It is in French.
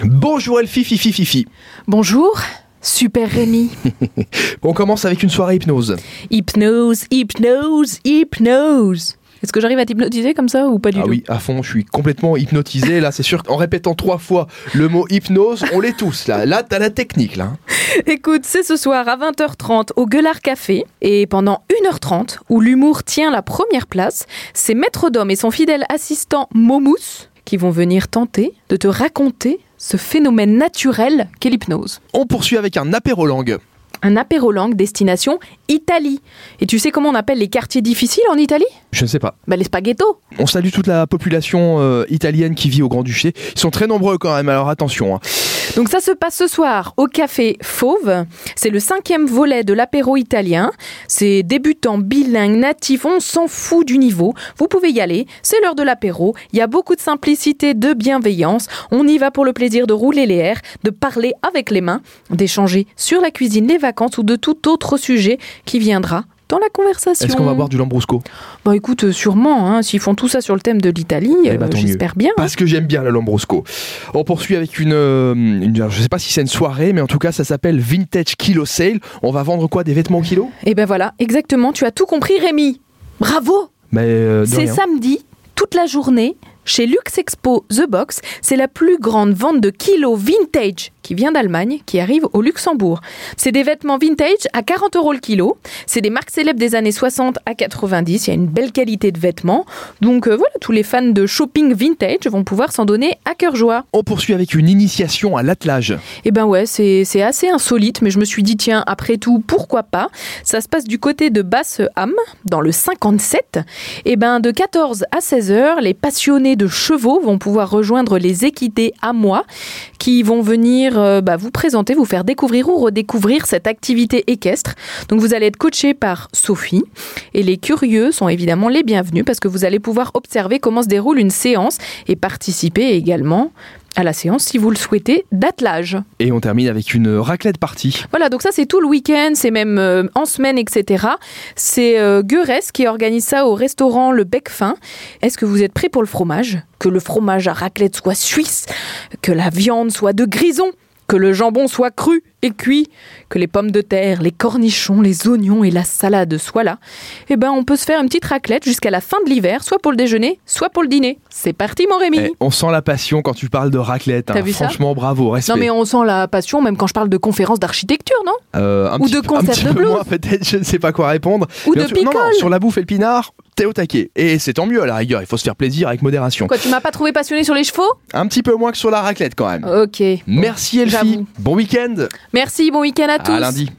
Bonjour Elfie, Fifi. Bonjour, super Rémi. On commence avec une soirée hypnose. Hypnose. Est-ce que j'arrive à t'hypnotiser comme ça ou pas du tout? Ah oui, à fond, je suis complètement hypnotisé. Là, c'est sûr qu'en répétant 3 fois le mot hypnose, on l'est tous là. Là, t'as la technique là. Écoute, c'est ce soir à 20h30 au Gueulard Café. Et pendant 1h30, où l'humour tient la première place, c'est Maître Dom et son fidèle assistant Momous qui vont venir tenter de te raconter ce phénomène naturel qu'est l'hypnose. On poursuit avec un apérolangue. Un apérolangue destination Italie. Et tu sais comment on appelle les quartiers difficiles en Italie? Je ne sais pas. Les spaghettos. On salue toute la population italienne qui vit au Grand-Duché. Ils sont très nombreux quand même, alors attention. Donc ça se passe ce soir au Café Fauve. C'est le 5e volet de l'apéro italien. C'est débutant, bilingue, natif, on s'en fout du niveau. Vous pouvez y aller, c'est l'heure de l'apéro. Il y a beaucoup de simplicité, de bienveillance. On y va pour le plaisir de rouler les airs, de parler avec les mains, d'échanger sur la cuisine, les vacances ou de tout autre sujet qui viendra dans la conversation. Est-ce qu'on va boire du Lambrusco? Écoute, sûrement, s'ils font tout ça sur le thème de l'Italie, j'espère bien. Parce que j'aime bien le Lambrusco. On poursuit avec une je sais pas si c'est une soirée, mais en tout cas ça s'appelle Vintage Kilo Sale. On va vendre quoi, des vêtements au kilo? Et ben voilà, exactement, tu as tout compris Rémi. Bravo. C'est samedi, toute la journée, chez Luxe Expo The Box. C'est la plus grande vente de kilos vintage qui vient d'Allemagne, qui arrive au Luxembourg. C'est des vêtements vintage à 40 € le kilo. C'est des marques célèbres des années 60 à 90. Il y a une belle qualité de vêtements. Donc voilà, tous les fans de shopping vintage vont pouvoir s'en donner à cœur joie. On poursuit avec une initiation à l'attelage. Eh ben ouais, c'est assez insolite, mais je me suis dit, tiens, après tout, pourquoi pas? Ça se passe du côté de Basse-Ham, dans le 57. Eh ben, de 14 à 16 heures, les passionnés de chevaux vont pouvoir rejoindre les équités à moi, qui vont venir vous présenter, vous faire découvrir ou redécouvrir cette activité équestre. Donc vous allez être coaché par Sophie et les curieux sont évidemment les bienvenus parce que vous allez pouvoir observer comment se déroule une séance et participer également à la séance, si vous le souhaitez, d'attelage. Et on termine avec une raclette party. Voilà, donc ça c'est tout le week-end, c'est même en semaine, etc. C'est Guerès qui organise ça au restaurant Le Bec Fin. Est-ce que vous êtes prêts pour le fromage? Que le fromage à raclette soit suisse, que la viande soit de grison, que le jambon soit cru et cuit, que les pommes de terre, les cornichons, les oignons et la salade soient là. Eh ben, on peut se faire une petite raclette jusqu'à la fin de l'hiver, soit pour le déjeuner, soit pour le dîner. C'est parti, mon Rémi. On sent la passion quand tu parles de raclette. T'as vu franchement, ça? bravo, respect. Non, mais on sent la passion même quand je parle de conférences d'architecture, non? Ou de concerts de blues. Moi, peut-être, je ne sais pas quoi répondre. Ou de picole. Non, sur la bouffe et le pinard, t'es au taquet. Et c'est tant mieux à la rigueur, il faut se faire plaisir avec modération. Quoi, tu m'as pas trouvé passionné sur les chevaux? Un petit peu moins que sur la raclette quand même. Ok. Merci Elfie. Bon week-end. Merci, bon week-end à tous. À lundi.